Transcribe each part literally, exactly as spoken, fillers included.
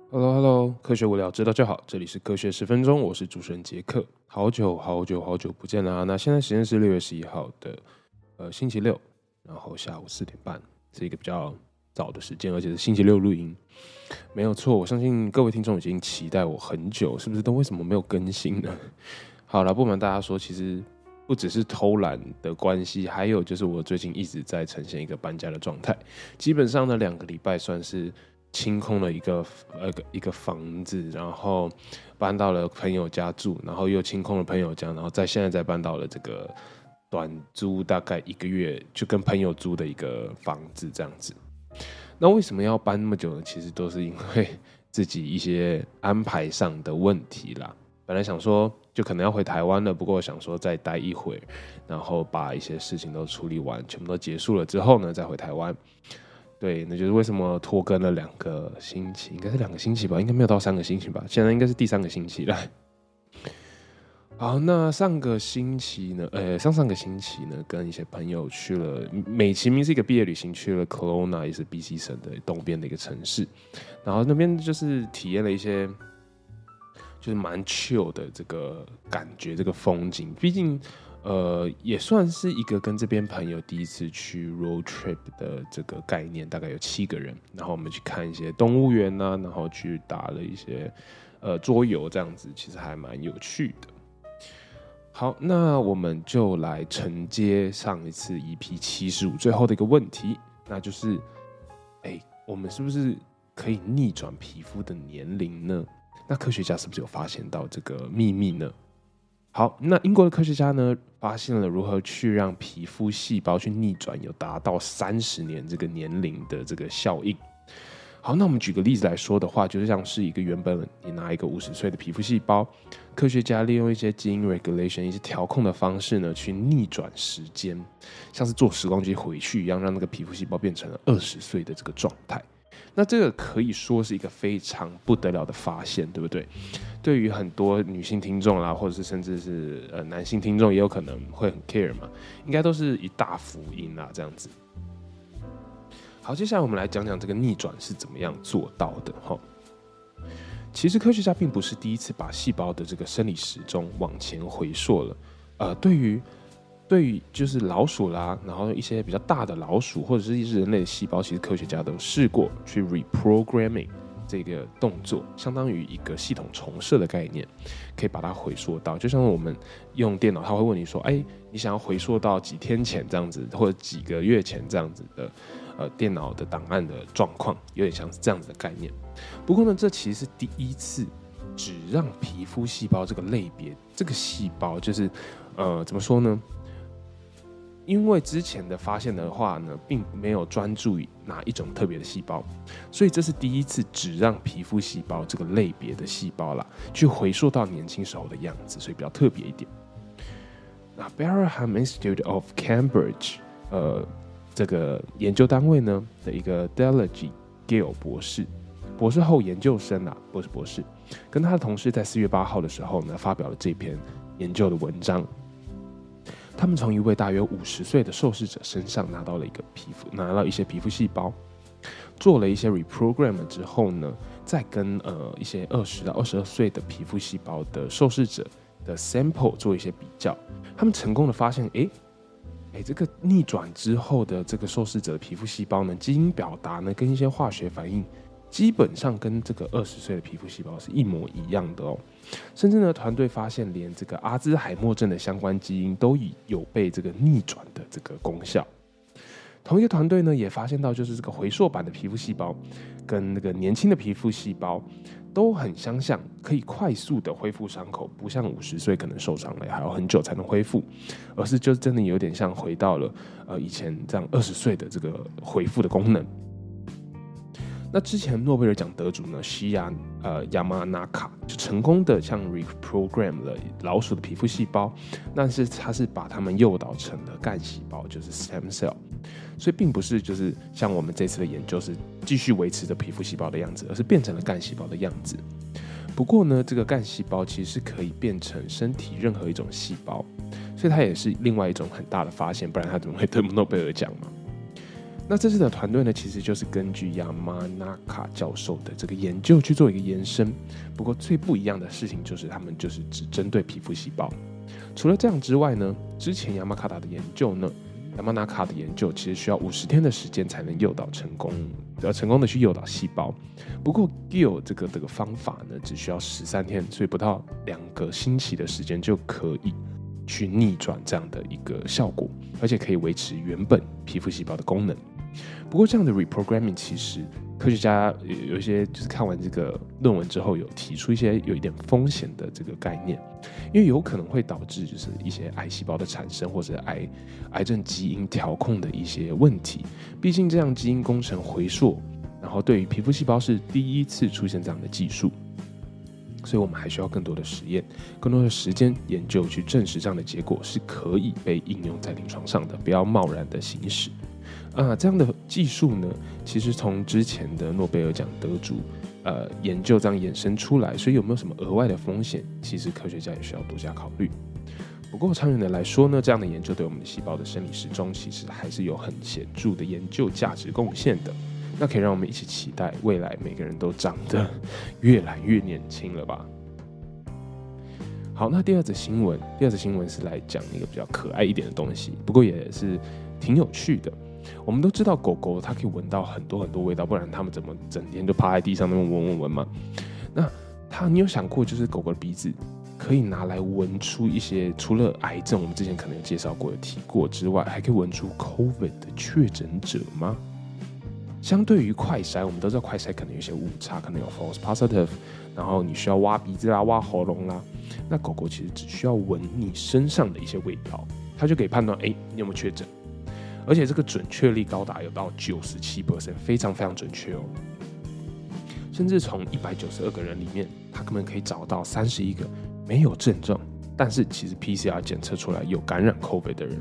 Hello Hello，科学无聊知道就好，这里是科学十分钟，我是主持人杰克。好久好久好久不见啦！那现在时间是六月十一号的呃星期六，然后下午四点半，是一个比较早的时间，而且是星期六录音。没有错，我相信各位听众已经期待我很久，是不是？都为什么没有更新呢？好了，不瞒大家说，其实不只是偷懒的关系，还有就是我最近一直在呈现一个搬家的状态。基本上呢，两个礼拜算是清空了一个呃一个房子，然后搬到了朋友家住，然后又清空了朋友家，然后再现在再搬到了这个短租大概一个月就跟朋友租的一个房子这样子。那为什么要搬那么久呢？其实都是因为自己一些安排上的问题啦。本来想说就可能要回台湾了，不过我想说再待一会，然后把一些事情都处理完，全部都结束了之后呢，再回台湾。对，那就是为什么拖更了两个星期，应该是两个星期吧，应该没有到三个星期吧，现在应该是第三个星期了。好，那上个星期呢，呃，上上个星期呢，跟一些朋友去了，美其名是一个毕业旅行，去了 Kelowna， 也是 B C 省的东边的一个城市，然后那边就是体验了一些，就是蛮 chill 的这个感觉，这个风景，毕竟。呃，也算是一个跟这边朋友第一次去 road trip 的这个概念，大概有七个人，然后我们去看一些动物园啊，然后去打了一些呃桌游，这样子其实还蛮有趣的。好，那我们就来承接上一次 E P 七十五最后的一个问题，那就是，哎，我们是不是可以逆转皮肤的年龄呢？那科学家是不是有发现到这个秘密呢？好，那英国的科学家呢，发现了如何去让皮肤细胞去逆转，有达到三十年这个年龄的这个效应。好，那我们举个例子来说的话，就是像是一个原本你拿一个五十岁的皮肤细胞，科学家利用一些基因 regulation 一些调控的方式呢，去逆转时间，像是坐时光机回去一样，让那个皮肤细胞变成了二十岁的这个状态。那这个可以说是一个非常不得了的发现，对不对？对于很多女性听众啦，或者是甚至是呃男性听众，也有可能会很 care 嘛，应该都是一大福音啦，这样子。好，接下来我们来讲讲这个逆转是怎么样做到的哈。其实科学家并不是第一次把细胞的这个生理时钟往前回溯了，呃，对于对于就是老鼠啦，然后一些比较大的老鼠或者是人类的细胞，其实科学家都试过去 reprogramming 这个动作，相当于一个系统重设的概念，可以把它回溯到，就像我们用电脑，他会问你说，哎，你想要回溯到几天前这样子，或者几个月前这样子的呃电脑的档案的状况，有点像是这样子的概念。不过呢，这其实是第一次只让皮肤细胞这个类别，这个细胞就是呃怎么说呢？因为之前的发现的话呢，并没有专注于哪一种特别的细胞，所以这是第一次只让皮肤细胞这个类别的细胞啦，去回溯到年轻时候的样子，所以比较特别一点。那 Barham Institute of Cambridge， 呃，这个研究单位呢的一个 Delagy Gale 博士，博士后研究生啊，不是博士，跟他的同事在四月八号的时候呢，发表了这篇研究的文章。他们从一位大约五十岁的受试者身上拿到了一个皮肤，拿到一些皮肤细胞，做了一些 reprogram 之后呢，再跟呃一些二十到二十二岁的皮肤细胞的受试者的 sample 做一些比较，他们成功的发现，哎，哎，这个逆转之后的这个受试者的皮肤细胞呢，基因表达呢跟一些化学反应，基本上跟这个二十岁的皮肤细胞是一模一样的哦。甚至呢，团队发现连这个阿兹海默症的相关基因都有被这个逆转的这个功效。同一个团队呢，也发现到就是这个回溯版的皮肤细胞跟那个年轻的皮肤细胞都很相像，可以快速的恢复伤口，不像五十岁可能受伤了还要很久才能恢复，而是就真的有点像回到了呃以前这样二十岁的这个恢复的功能。那之前诺贝尔奖得主呢，西亚呃亚马纳卡就成功的像 reprogram 了老鼠的皮肤细胞，但是他是把它们诱导成了干细胞，就是 stem cell， 所以并不是就是像我们这次的研究是继续维持着皮肤细胞的样子，而是变成了干细胞的样子。不过呢，这个干细胞其实是可以变成身体任何一种细胞，所以它也是另外一种很大的发现，不然它怎么会得诺贝尔奖嘛？ 那这次的团队呢，其实就是根据亚马纳卡教授的这个研究去做一个延伸。不过最不一样的事情就是，他们就是只针对皮肤细胞。除了这样之外呢，之前亚马卡达的研究呢，亚马纳卡的研究其实需要五十天的时间才能诱导成功，呃，成功的去诱导细胞。不过 Gill 这个这个方法呢，只需要十三天，所以不到两个星期的时间就可以去逆转这样的一个效果，而且可以维持原本皮肤细胞的功能。不过这样的 reprogramming 其实科学家有一些就是看完这个论文之后有提出一些有一点风险的这个概念，因为有可能会导致就是一些癌细胞的产生或者癌癌症基因调控的一些问题。毕竟这样基因工程回溯，然后对于皮肤细胞是第一次出现这样的技术，所以我们还需要更多的实验、更多的时间研究去证实这样的结果是可以被应用在临床上的，不要贸然的行使。啊，这样的技术呢，其实从之前的诺贝尔奖得主呃研究这样衍生出来，所以有没有什么额外的风险，其实科学家也需要多加考虑。不过长远的来说呢，这样的研究对我们的细胞的生理时钟其实还是有很显著的研究价值贡献的。那可以让我们一起期待未来每个人都长得越来越年轻了吧？好，那第二则新闻，第二则新闻是来讲一个比较可爱一点的东西，不过也是挺有趣的。我们都知道狗狗它可以闻到很多很多味道，不然它们怎么整天就趴在地上那么闻闻闻嘛？那它，你有想过，就是狗狗的鼻子可以拿来闻出一些除了癌症，我们之前可能有介绍过、有提过之外，还可以闻出 COVID 的确诊者吗？相对于快筛，我们都知道快筛可能有些误差，可能有 false positive， 然后你需要挖鼻子啦、挖喉咙啦。那狗狗其实只需要闻你身上的一些味道，它就可以判断，哎，你有没有确诊。而且这个准确率高达有到 百分之九十七， 非常非常准确哦。甚至从一百九十二个人里面，它根本可以找到三十一个没有症状，但是其实 P C R 检测出来有感染 COVID 的人。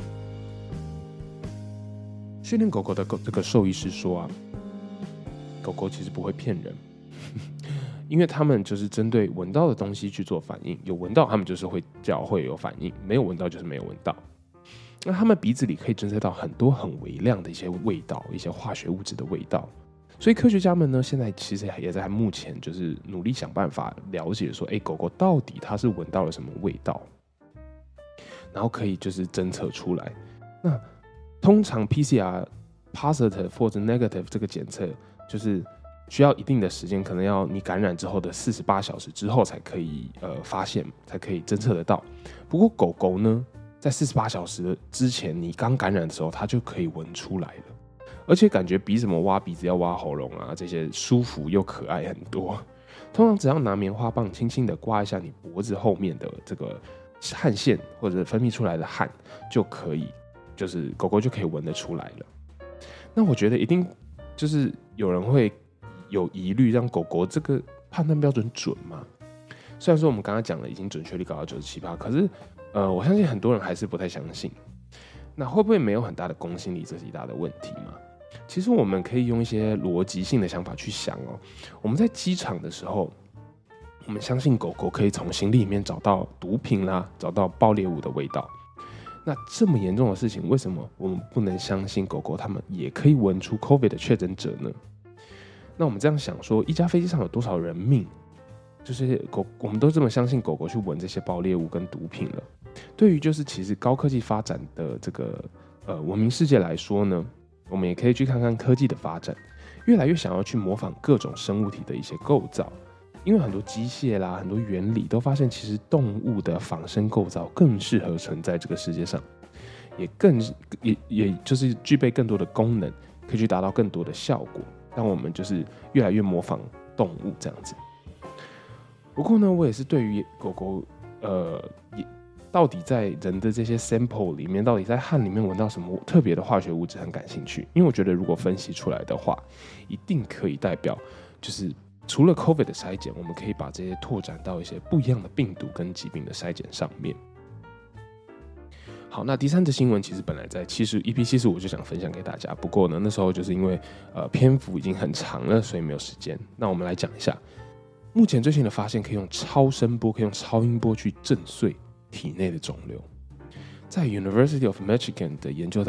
训练狗狗的这个兽医师说啊，狗狗其实不会骗人，因为他们就是针对闻到的东西去做反应，有闻到他们就是会叫会有反应，没有闻到就是没有闻到。那他们鼻子里可以侦测到很多很微量的一些味道，一些化学物质的味道。所以科学家们呢，现在其实也在目前就是努力想办法了解说，哎，狗狗到底它是闻到了什么味道，然后可以就是侦测出来。那通常 P C R positive 或者 negative 这个检测就是需要一定的时间，可能要你感染之后的四十八小时之后才可以呃发现，才可以侦测得到。不过狗狗呢，在四十八小时之前，你刚感染的时候，它就可以闻出来了，而且感觉比什么挖鼻子要挖喉咙啊这些舒服又可爱很多。通常只要拿棉花棒轻轻的刮一下你脖子后面的这个汗腺或者分泌出来的汗，就可以，就是狗狗就可以闻得出来了。那我觉得一定就是有人会有疑虑，让狗狗这个判断标准准吗？虽然说我们刚刚讲了已经准确率高到 百分之九十七， 可是呃，我相信很多人还是不太相信。那会不会没有很大的公信力？这是一大的问题嘛？其实我们可以用一些逻辑性的想法去想哦。我们在机场的时候，我们相信狗狗可以从行李里面找到毒品啦，找到爆裂物的味道。那这么严重的事情，为什么我们不能相信狗狗它们也可以闻出 COVID 的确诊者呢？那我们这样想说，一架飞机上有多少人命？就是狗，我们都这么相信狗狗去闻这些爆裂物跟毒品了。对于就是其实高科技发展的这个呃文明世界来说呢，我们也可以去看看科技的发展，越来越想要去模仿各种生物体的一些构造，因为很多机械啦、很多原理都发现，其实动物的仿生构造更适合存在这个世界上，也更也也就是具备更多的功能，可以去达到更多的效果，让我们就是越来越模仿动物这样子。不过呢，我也是对于狗狗，呃，到底在人的这些 sample 里面，到底在汗里面闻到什么特别的化学物质很感兴趣，因为我觉得如果分析出来的话，一定可以代表，就是除了 COVID 的筛检，我们可以把这些拓展到一些不一样的病毒跟疾病的筛检上面。好，那第三则新闻其实本来在 E P 七十五就想分享给大家，不过呢，那时候就是因为呃篇幅已经很长了，所以没有时间。那我们来讲一下。目前最新的发现可以用超声波，可以用超音波去震碎体内的肿瘤。在 University of Michigan 的研究单位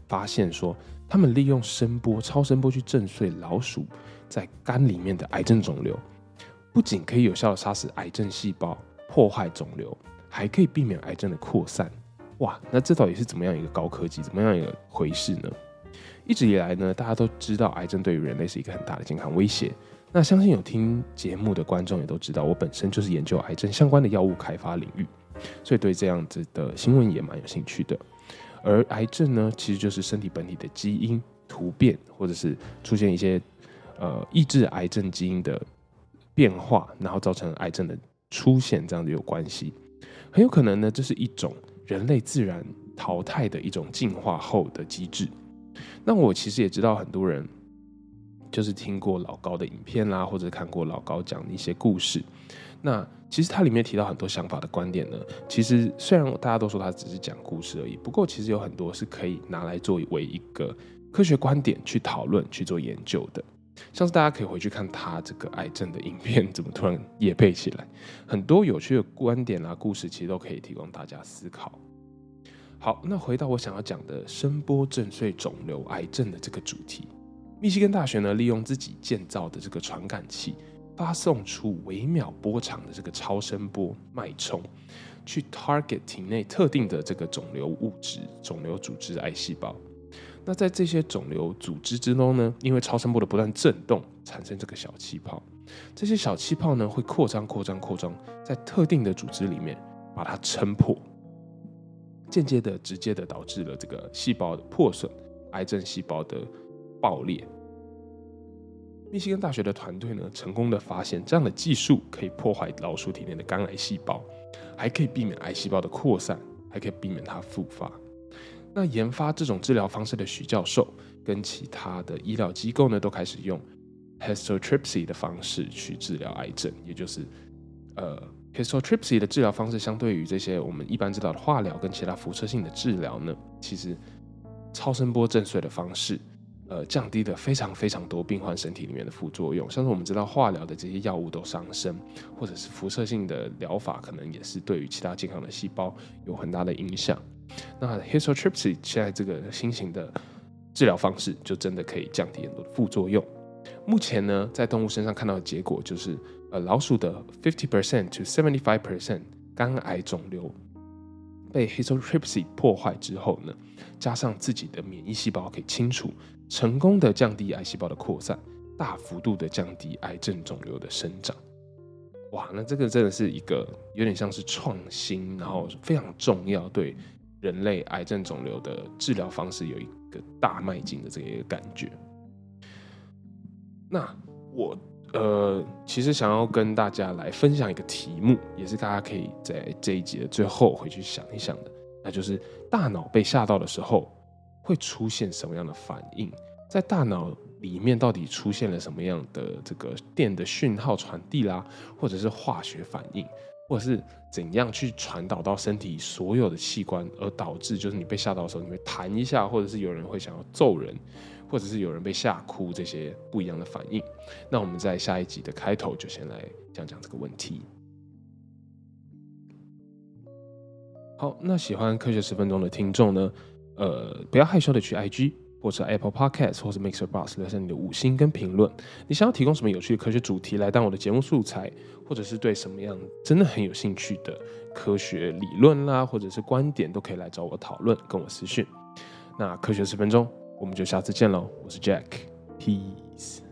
发现说，他们利用声波、超声波去震碎老鼠在肝里面的癌症肿瘤，不仅可以有效的杀死癌症细胞、破坏肿瘤，还可以避免癌症的扩散。哇，那这到底是怎么样一个高科技，怎么样一个回事呢？一直以来呢，大家都知道癌症对于人类是一个很大的健康威胁。那相信有听节目的观众也都知道，我本身就是研究癌症相关的药物开发领域，所以对这样子的新闻也蛮有兴趣的。而癌症呢，其实就是身体本体的基因突变，或者是出现一些呃抑制癌症基因的变化，然后造成癌症的出现，这样子有关系。很有可能呢，这是一种人类自然淘汰的一种进化后的机制。那我其实也知道很多人就是听过老高的影片啦，或者看过老高讲的一些故事。那其实它里面提到很多想法的观点呢，其实虽然大家都说它只是讲故事而已，不过其实有很多是可以拿来作为一个科学观点去讨论、去做研究的。像是大家可以回去看他这个癌症的影片，怎么突然业配起来，很多有趣的观点啦、故事，其实都可以提供大家思考。好，那回到我想要讲的声波震碎肿瘤癌症的这个主题，密西根大学呢，利用自己建造的这个传感器，发送出微秒波长的这个超声波脉冲，去 target 体内特定的这个肿瘤物质、肿瘤组织、癌细胞。那在这些肿瘤组织之中呢，因为超声波的不断震动，产生这个小气泡。这些小气泡呢，会扩张、扩张、扩张，在特定的组织里面把它撑破，间接的、直接的导致了这个细胞的破损，癌症细胞的爆裂。密西根大学的团队呢，成功的发现这样的技术可以破坏老鼠体内的肝癌细胞，还可以避免癌细胞的扩散，还可以避免它复发。那研发这种治疗方式的许教授跟其他的医疗机构呢，都开始用 histotripsy 的方式去治疗癌症，也就是呃 histotripsy 的治疗方式，相对于这些我们一般知道的化疗跟其他辐射性的治疗呢，其实超声波震碎的方式，呃，降低了非常非常多病患身体里面的副作用，像是我们知道化疗的这些药物都伤身，或者是辐射性的疗法，可能也是对于其他健康的细胞有很大的影响。那 histotripsy 现在这个新型的治疗方式，就真的可以降低很多的副作用。目前呢，在动物身上看到的结果就是，呃，老鼠的 百分之五十 to 百分之七十五 肝癌肿瘤被 histotripsy 破坏之后呢，加上自己的免疫细胞可以清除，成功的降低癌细胞的扩散，大幅度的降低癌症肿瘤的生长。哇，那这个真的是一个有点像是创新，然后非常重要，对人类癌症肿瘤的治疗方式有一个大迈进的这个感觉。那我呃，其实想要跟大家来分享一个题目，也是大家可以在这一集的最后回去想一想的，那就是大脑被吓到的时候会出现什么样的反应？在大脑里面到底出现了什么样的这个电的讯号传递啦，或者是化学反应，或者是怎样去传导到身体所有的器官，而导致就是你被吓到的时候，你会弹一下，或者是有人会想要揍人，或者是有人被吓哭，这些不一样的反应。那我们在下一集的开头就先来讲讲这个问题。好，那喜欢科学十分钟的听众呢，呃，不要害羞的去 I G 或者 Apple Podcast 或者 MixerBox 留下你的五星跟评论。你想要提供什么有趣的科学主题来当我的节目素材，或者是对什么样真的很有兴趣的科学理论啦，或者是观点，都可以来找我讨论，跟我私讯。那科学十分钟，我们就下次见喽！我是 Jack， Peace。